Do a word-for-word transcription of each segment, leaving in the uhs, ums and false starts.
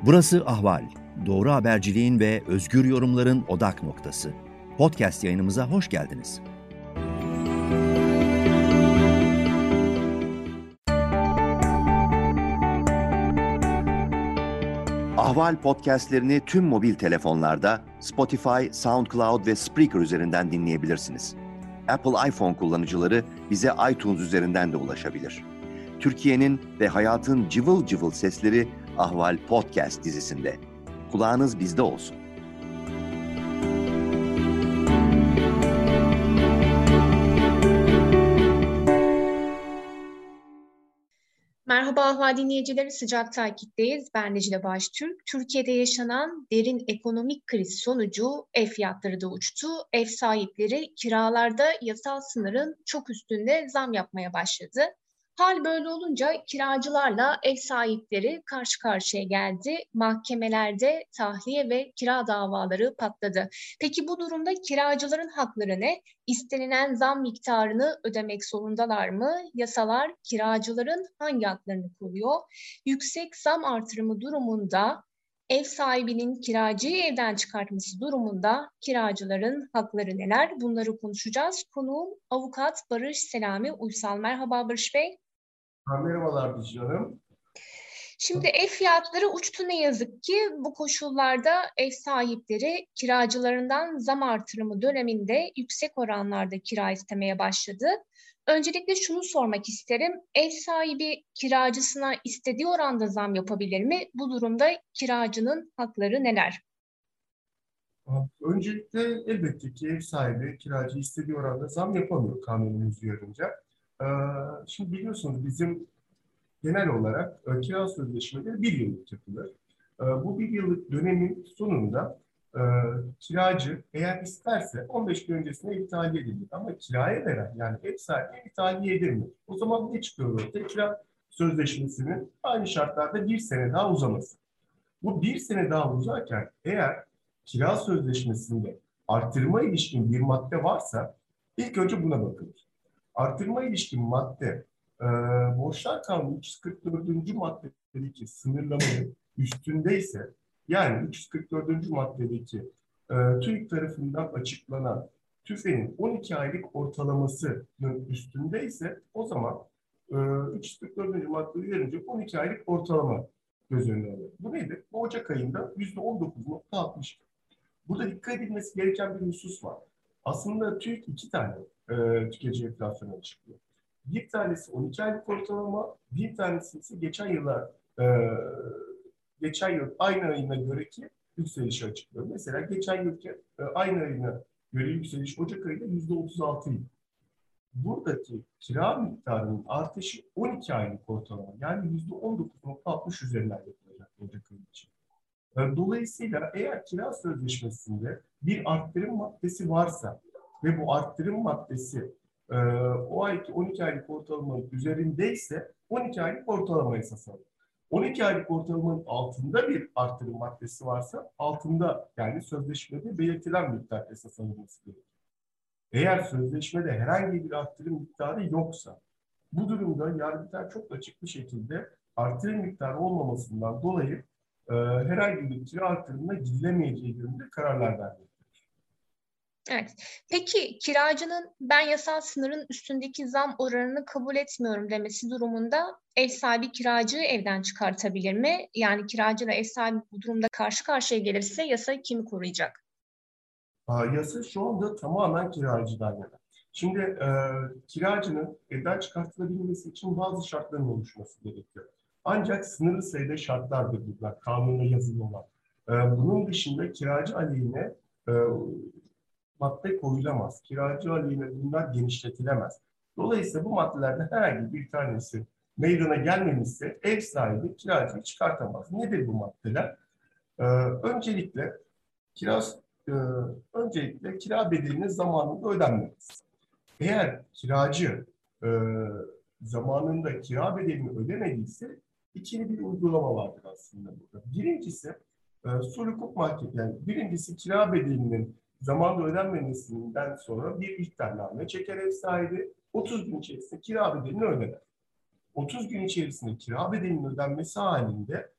Burası Ahval, doğru haberciliğin ve özgür yorumların odak noktası. Podcast yayınımıza hoş geldiniz. Ahval podcastlerini tüm mobil telefonlarda Spotify, SoundCloud ve Spreaker üzerinden dinleyebilirsiniz. Apple iPhone kullanıcıları bize iTunes üzerinden de ulaşabilir. Türkiye'nin ve hayatın cıvıl cıvıl sesleri Ahval Podcast dizisinde. Kulağınız bizde olsun. Merhaba Ahval dinleyicileri, sıcak takipteyiz. Ben Dicle Baştürk. Türkiye'de yaşanan derin ekonomik kriz sonucu ev fiyatları da uçtu. Ev sahipleri kiralarda yasal sınırın çok üstünde zam yapmaya başladı. Hal böyle olunca kiracılarla ev sahipleri karşı karşıya geldi. Mahkemelerde tahliye ve kira davaları patladı. Peki bu durumda kiracıların hakları ne? İstenilen zam miktarını ödemek zorundalar mı? Yasalar kiracıların hangi haklarını koruyor? Yüksek zam artırımı durumunda ev sahibinin kiracıyı evden çıkartması durumunda kiracıların hakları neler? Bunları konuşacağız. Konuğum avukat Barış Selami Uysal. Merhaba Barış Bey. Merhabalar Dicle Hanım. Şimdi ev fiyatları uçtu ne yazık ki. Bu koşullarda ev sahipleri kiracılarından zam artırımı döneminde yüksek oranlarda kira istemeye başladı. Öncelikle şunu sormak isterim. Ev sahibi kiracısına istediği oranda zam yapabilir mi? Bu durumda kiracının hakları neler? Öncelikle elbette ki ev sahibi kiracı istediği oranda zam yapamıyor kanunumuz uyarınca. Şimdi biliyorsunuz bizim genel olarak e, kira sözleşmeleri bir yıllık yapılır. E, bu bir yıllık dönemin sonunda e, kiracı eğer isterse on beş gün öncesine iptal edilir. Ama kiraya veren yani ev sahibi iptal edilmiyor. O zaman ne çıkıyor ortaya? Kira sözleşmesinin aynı şartlarda bir sene daha uzaması. Bu bir sene daha uzarken eğer kira sözleşmesinde artırma ilişkin bir madde varsa ilk önce buna bakılır. Artırma ilişkin madde e, borçlar kanunu üç yüz kırk dördüncü maddedeki sınırlamanın üstündeyse yani üç yüz kırk dördüncü maddedeki e, TÜİK tarafından açıklanan TÜFE'nin on iki aylık ortalamasının üstündeyse o zaman e, üç yüz kırk dördüncü madde uyarınca on iki aylık ortalama göz önüne alıyor. Bu nedir? Bu Ocak ayında yüzde on dokuz nokta altmış. Burada dikkat edilmesi gereken bir husus var. Aslında TÜİK iki tane e, tüketici enflasyonu açıklıyor. Bir tanesi on iki aylık ortalama, bir tanesi ise geçen yıla e, geçen yıl aynı ayına göreki yükselişi açıklıyor. Mesela geçen yılki e, aynı ayına göre yükseliş Ocak ayında yüzde otuz altı idi. Buradaki kira miktarının artışı on iki aylık ortalama yani yüzde on dokuz nokta altmış üzerinden yapılacak Ocak ayı için. Dolayısıyla eğer kira sözleşmesinde bir arttırım maddesi varsa ve bu arttırım maddesi e, o ayki on iki aylık ortalamanın üzerindeyse on iki aylık ortalama esas alır. on iki aylık ortalamanın altında bir arttırım maddesi varsa altında yani sözleşmede belirtilen miktar esas alınması gerekir. Eğer sözleşmede herhangi bir arttırım miktarı yoksa bu durumda Yargıtay çok açık bir şekilde arttırım miktarı olmamasından dolayı e, herhangi bir kira artırımına gidilemeyeceği yönünde kararlar vermektedir. Evet. Peki kiracının ben yasal sınırın üstündeki zam oranını kabul etmiyorum demesi durumunda ev sahibi kiracıyı evden çıkartabilir mi? Yani kiracıyla ev sahibi bu durumda karşı karşıya gelirse yasa kimi koruyacak? Aa, yasa şu anda tamamen kiracıdan yana. Şimdi e, kiracının evden çıkartılabilmesi için bazı şartların oluşması gerekiyor. Ancak sınırlı sayıda şartlardır bunlar, kanuna yazılı olan. E, bunun dışında kiracı aleyhine e, madde koyulamaz. Kiracı aleyhine bunlar genişletilemez. Dolayısıyla bu maddelerden herhangi bir tanesi meydana gelmemişse ev sahibi kiracıyı çıkartamaz. Nedir bu maddeler? E, öncelikle kira e, öncelikle kira bedelinin zamanında ödenmemesi. Eğer kiracı e, zamanında kira bedelini ödemediyse ikili bir uygulama vardır aslında burada. Birincisi e, sulh hukuk mahkemesi, yani birincisi kira bedelinin zamanında ödenmemesinden sonra bir ihtarname çeker ev sahibi, otuz gün içerisinde kira bedelini öder. otuz gün içerisinde kira bedelinin ödenmesi halinde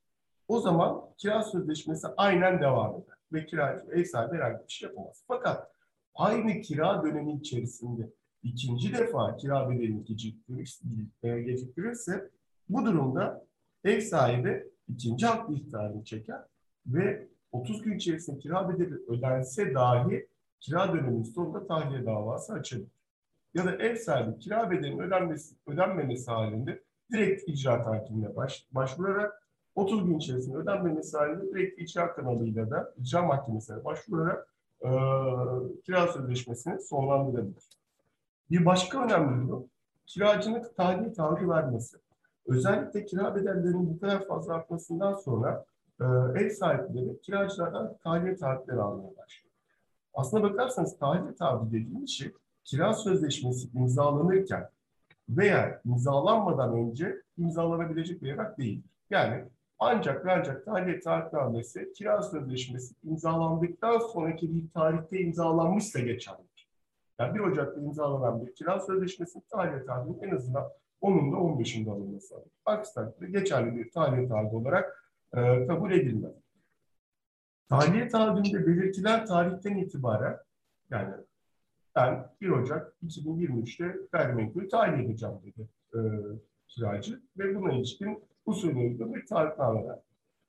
O zaman kira sözleşmesi aynen devam eder ve kiracı, ev sahibi herhangi bir şey yapamaz. Fakat aynı kira dönemi içerisinde ikinci defa kira bedelini geciktirirse, e, geciktirirse bu durumda ev sahibi ikinci haklı ihtarını çeker ve otuz gün içerisinde kira bedeli ödense dahi kira döneminin sonunda tahliye davası açabilir. Ya da ev sahibi kira bedelinin ödenmesi, ödenmemesi halinde direkt icra takibine baş, başvurarak otuz gün içerisinde ödenmemesi halinde direkt icra kanalıyla da icra mahkemesine başvurarak e, kira sözleşmesini sonlandırabilir. Bir başka önemli durum, kiracının tahliye taahhüdü vermesi. Özellikle kira bedellerinin bu kadar fazla artmasından sonra e, ev sahipleri kiracılardan tahliye taahhütleri almaya başlıyor. Aslına bakarsanız tahliye taahhüdü dediğimiz şey kira sözleşmesi imzalanırken veya imzalanmadan önce imzalanabilecek bir evrak değildir. Yani ancak ve ancak tahliye taahhütnamesi kira sözleşmesi imzalandıktan sonraki bir tarihte imzalanmışsa geçerlidir. Yani bir Ocak'ta imzalanan bir kira sözleşmesi tahliye taahhüdünün en azından onunda on beşinde alınması lazım. Aksi takdirde geçerli bir tahliye taahhüdü olarak e, kabul edilmez. Tahliye taahhüdünde belirtilen tarihten itibaren yani ben bir Ocak iki bin yirmi üçte gayrimenkulü tahliye edeceğim dedi e, kiracı ve buna ilişkin usulüne uygun bir taahhütname verdi.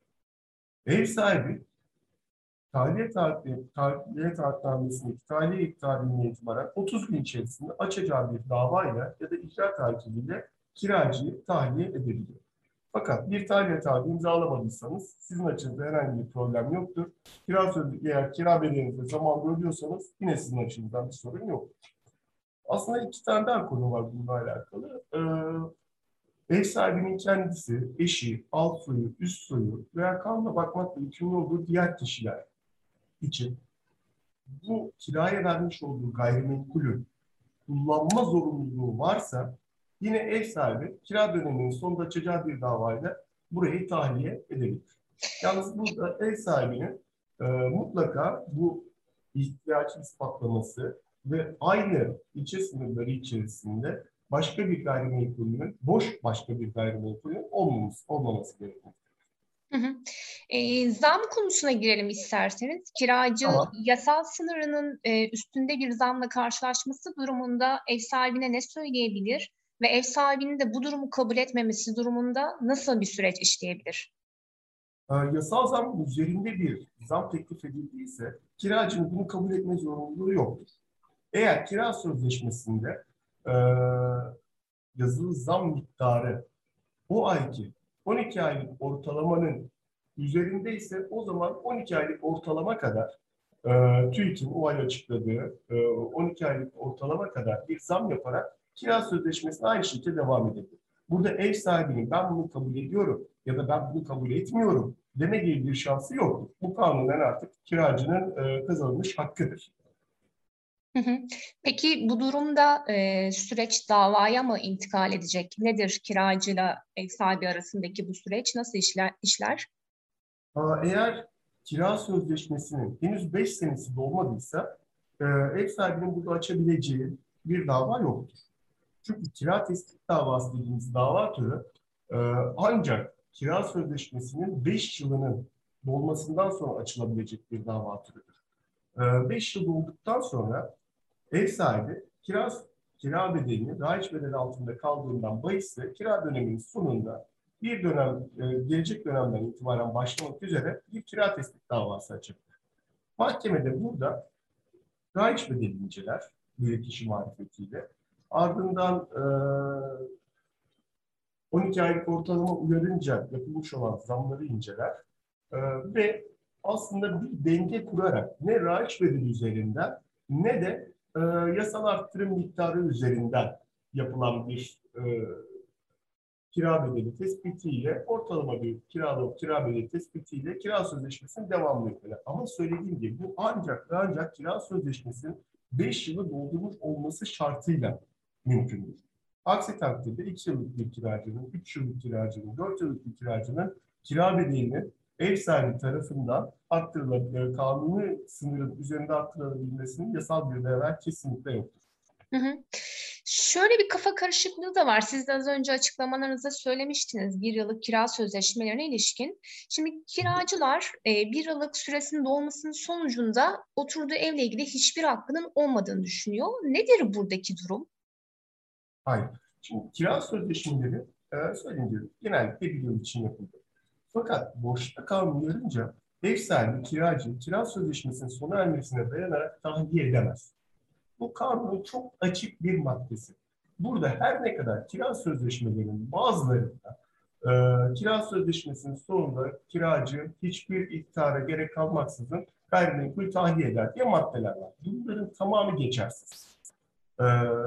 Ev sahibi tahliye taahhütnamesindeki tahliye iptalinden itibaren otuz gün içerisinde açacağı bir davayla ya da icra takibiyle kiracıyı tahliye edebiliyor. Fakat bir tahliye taahhüdü imzalamadıysanız sizin açınızda herhangi bir problem yoktur. Kira sözü, eğer kira bedelinizi zamanında ödüyorsanız yine sizin açınızdan bir sorun yoktur. Aslında iki tane daha konu var bununla alakalı. Ee, ev sahibinin kendisi, eşi, alt soyu, üst soyu veya kanuna bakmakla yükümlü olduğu diğer kişiler için bu kiraya vermiş olduğu gayrimenkulü kullanma zorunluluğu varsa yine ev sahibi kira döneminin sonunda açacağı bir davayla burayı tahliye edebilir. Yalnız burada ev sahibinin e, mutlaka bu ihtiyacı ispatlaması ve aynı ilçe sınırları içerisinde başka bir gayrimenkulünün, boş başka bir gayrimenkulünün olmaması, olmaması gerekiyor. Hı hı. E, zam konusuna girelim isterseniz. Kiracı Tamam. yasal sınırının e, üstünde bir zamla karşılaşması durumunda ev sahibine ne söyleyebilir ve ev sahibinin de bu durumu kabul etmemesi durumunda nasıl bir süreç işleyebilir? E, yasal zamın üzerinde bir zam teklif edildiyse kiracının bunu kabul etme zorunluluğu yoktur. Eğer kira sözleşmesinde e, yazılı zam miktarı o ayki on iki aylık ortalamanın üzerindeyse o zaman on iki aylık ortalama kadar e, TÜİK'in o ay açıkladığı e, on iki aylık ortalama kadar bir zam yaparak kira sözleşmesine aynı şekilde devam edebilir. Burada ev sahibinin ben bunu kabul ediyorum ya da ben bunu kabul etmiyorum deme gibi bir şansı yoktur. Bu kanunen artık kiracının e, kazanılmış hakkıdır. Hı hı. Peki bu durumda e, süreç davaya mı intikal edecek? Nedir kiracıyla ev sahibi arasındaki bu süreç? Nasıl işler? işler? Eğer kira sözleşmesinin henüz beş senesi dolmadıysa e, ev sahibinin burada açabileceği bir dava yoktur. Çünkü kira tespit davası dediğimiz dava türü e, ancak kira sözleşmesinin beş yılının dolmasından sonra açılabilecek bir dava türüdür. beş yıl dolduktan sonra ev sahibi kira, kira bedelini raiç bedeli altında kaldığından bahisle kira döneminin sonunda bir dönem, e, gelecek dönemden itibaren başlamak üzere bir kira tespit davası açabilir. Mahkemede burada raiç bedeli inceler, bilirkişi marifetiyle. Ardından e, on iki aylık ortalama uyarınca yapılmış olan zamları inceler e, ve aslında bir denge kurarak ne raiç bedeli üzerinden ne de e, yasal arttırım miktarı üzerinden yapılan bir e, kira bedeli tespitiyle ortalama bir kira, kira bedeli tespitiyle kira sözleşmesinin devamlı edilir. Ama söylediğim gibi bu ancak ve ancak kira sözleşmesinin beş yılı doldurmuş olması şartıyla mümkündür. Aksi takdirde iki yıllık bir kiracının, üç yıllık kiracının, dört yıllık bir kiracının kira bedelinin ev sahibi tarafından arttırılabilir, kanuni sınırın üzerinde arttırılabilmesinin yasal bir değer kesinlikle yoktur. Hı hı. Şöyle bir kafa karışıklığı da var. Siz de az önce açıklamalarınızda söylemiştiniz bir yıllık kira sözleşmelerine ilişkin. Şimdi kiracılar e, bir yıllık süresinin dolmasının sonucunda oturduğu evle ilgili hiçbir hakkının olmadığını düşünüyor. Nedir buradaki durum? Hayır. Şimdi kira sözleşmeleri e, söylediğim gibi genellikle bir yıl için yapıldı. Fakat boşta kalma yarınca ev sahibi kiracı kira sözleşmesinin sona ermesine dayanarak tahliye edemez. Bu kanunun çok açık bir maddesi. Burada her ne kadar kira sözleşmelerinin bazılarında e, kira sözleşmesinin sonunda kiracı hiçbir ihtara gerek kalmaksızın gayrimenkul tahliye eder diye maddeler var. Bunların tamamı geçersiz. E,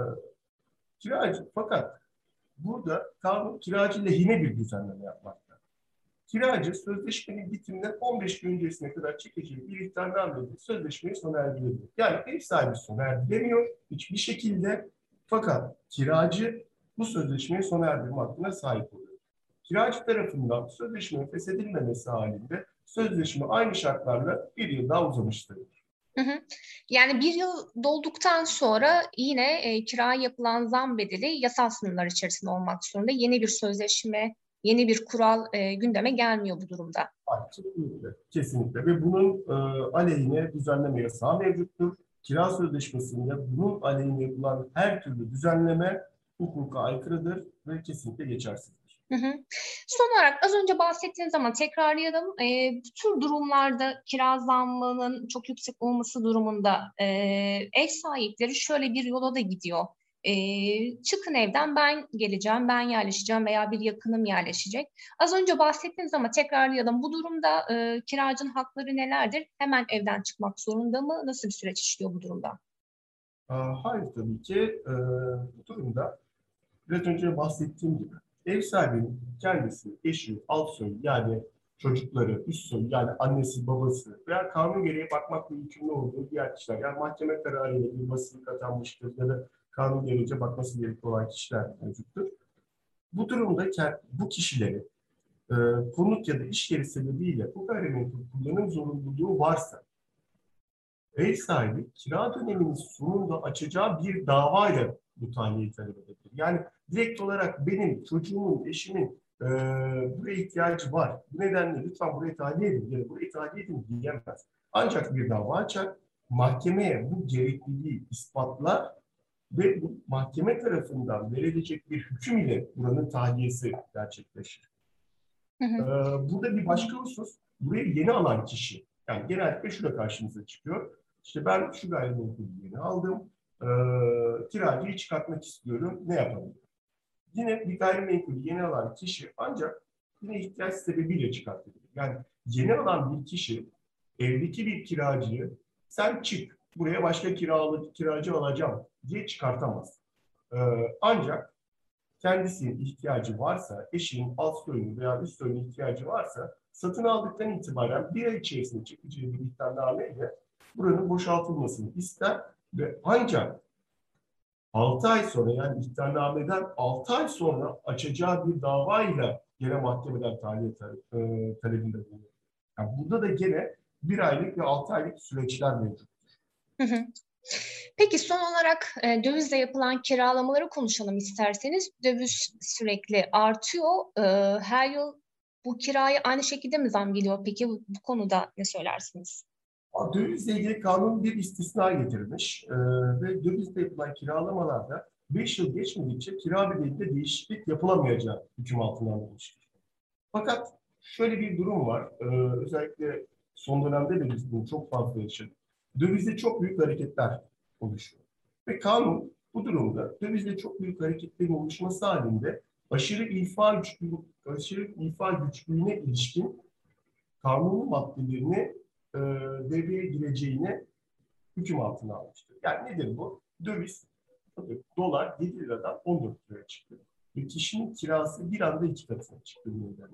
kiracı fakat burada kanun kiracı lehine bir düzenleme yapmakta. Kiracı sözleşmenin bitiminden on beş gün öncesine kadar çekeceği bir ihtarnameyle sözleşmeyi sona erdirebilir. Yani ev sahibi sona erdiremiyor hiçbir şekilde, fakat kiracı bu sözleşmeyi sona erdirme hakkına sahip oluyor. Kiracı tarafından sözleşmenin feshedilmemesi halinde sözleşme aynı şartlarla bir yıl daha uzamıştır. Hı hı. Yani bir yıl dolduktan sonra yine e, kiraya yapılan zam bedeli yasal sınırlar içerisinde olmak zorunda. Yeni bir sözleşme, yeni bir kural e, gündeme gelmiyor bu durumda. Kesinlikle, kesinlikle. Ve bunun e, aleyhine düzenleme yasağı mevcuttur. Kira sözleşmesinde bunun aleyhine yapılan her türlü düzenleme hukuka aykırıdır ve kesinlikle geçersizdir. Hı hı. Son olarak az önce bahsettiğiniz ama tekrarlayalım. E, bu tür durumlarda kira zammının çok yüksek olması durumunda e, ev sahipleri şöyle bir yola da gidiyor. E, çıkın evden, ben geleceğim, ben yerleşeceğim veya bir yakınım yerleşecek. Az önce bahsettiniz ama tekrarlayalım. Bu durumda e, kiracının hakları nelerdir? Hemen evden çıkmak zorunda mı? Nasıl bir süreç işliyor bu durumda? Hayır, tabii ki e, bu durumda biraz önce bahsettiğim gibi ev sahibinin kendisi, eşi, alt soyu yani çocukları, üst soyu yani annesi, babası veya kanun gereği bakmakla yükümlü olduğu diğer kişiler, yani mahkeme kararıyla bir basılık atanmıştır ya da kanun gereğince bakması gerekli olan kişiler mevcuttur. Bu durumda bu kişileri e, konut ya da iş yeri sebebiyle bu gayrimenkul kullanım zorunluluğu varsa ev sahibi kira döneminin sonunda açacağı bir davayla bu tahliyeyi talep edebilir. Yani direkt olarak benim, çocuğumun, eşimin e, buraya ihtiyacı var. Bu nedenle lütfen burayı tahliye edin ya da burayı tahliye edin diyemez. Ancak bir dava açar, mahkemeye bu gerekliliği ispatlar ve bu mahkeme tarafından verilecek bir hüküm ile buranın tahliyesi gerçekleşir. Hı hı. Ee, burada bir başka husus, burayı yeni alan kişi, yani genellikle şurada karşımıza çıkıyor. İşte ben şu gayrimenkulü yeni aldım, e, kiracıyı çıkartmak istiyorum, ne yapabilirim? Yine bir gayrimenkulü yeni alan kişi ancak yine ihtiyaç sebebiyle çıkartabilir. Yani yeni alan bir kişi, evdeki bir kiracıyı sen çık, buraya başka kiralı, kiracı alacağım diye çıkartamaz. Ee, ancak kendisinin ihtiyacı varsa, eşinin alt soyunun veya üst soyunun ihtiyacı varsa satın aldıktan itibaren bir ay içerisinde çıkacağı bir ihtarnameyle buranın boşaltılmasını ister ve ancak altı ay sonra, yani ihtarnameden altı ay sonra açacağı bir davayla gene mahkemeden tahliye e, talebinde bulunuyor. Yani burada da gene bir aylık ve altı aylık süreçler mevcut. Hı hı. Peki son olarak e, dövizle yapılan kiralamaları konuşalım isterseniz. Döviz sürekli artıyor. E, her yıl bu kiraya aynı şekilde mi zam geliyor? Peki bu, bu konuda ne söylersiniz? Dövizle ilgili kanun bir istisna getirmiş ee, ve dövizle yapılan kiralamalarda beş yıl geçmedikçe kira bedelinde değişiklik yapılamayacağı hüküm altına alınmıştır. Fakat şöyle bir durum var. Ee, özellikle son dönemde de biz bunu çok fazla yaşadık. Dövizde çok büyük hareketler oluşuyor. Ve kanun bu durumda dövizde çok büyük hareketlerin oluşması halinde aşırı ifa güçlüğü, aşırı ifa güçlüğüne ilişkin kanunun maddelerini e, devreye gireceğine hüküm altına almıştır. Yani nedir bu? Döviz, dolar yedi liradan on dört liraya çıktı. Ve kişinin kirası bir anda iki katına çıktı.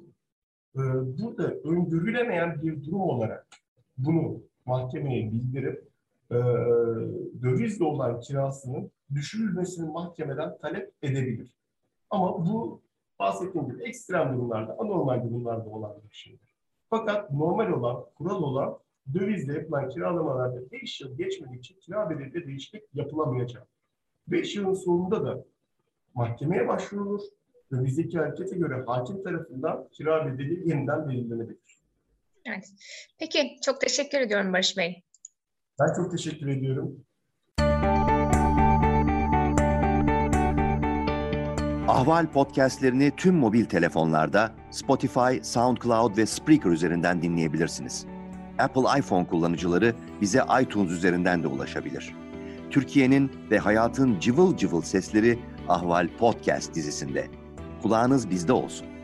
Ee, burada öngörülemeyen bir durum olarak bunu mahkemeye bildirip e, dövizle olan kirasının düşürülmesini mahkemeden talep edebilir. Ama bu bahsettiğim gibi ekstrem durumlarda, anormal durumlarda olan bir şeydir. Fakat normal olan, kural olan dövizle yapılan kiralamalarda beş yıl geçmedikçe kira bedelinde değişiklik yapılamayacak. beş yılın sonunda da mahkemeye başvurulur ve bizdeki harekete göre hakim tarafından kira bedeli yeniden belirlenebilir. Evet. Peki, çok teşekkür ediyorum Barış Bey. Ben çok teşekkür ediyorum. Ahval podcastlerini tüm mobil telefonlarda Spotify, SoundCloud ve Spreaker üzerinden dinleyebilirsiniz. Apple iPhone kullanıcıları bize iTunes üzerinden de ulaşabilir. Türkiye'nin ve hayatın cıvıl cıvıl sesleri Ahval Podcast dizisinde. Kulağınız bizde olsun.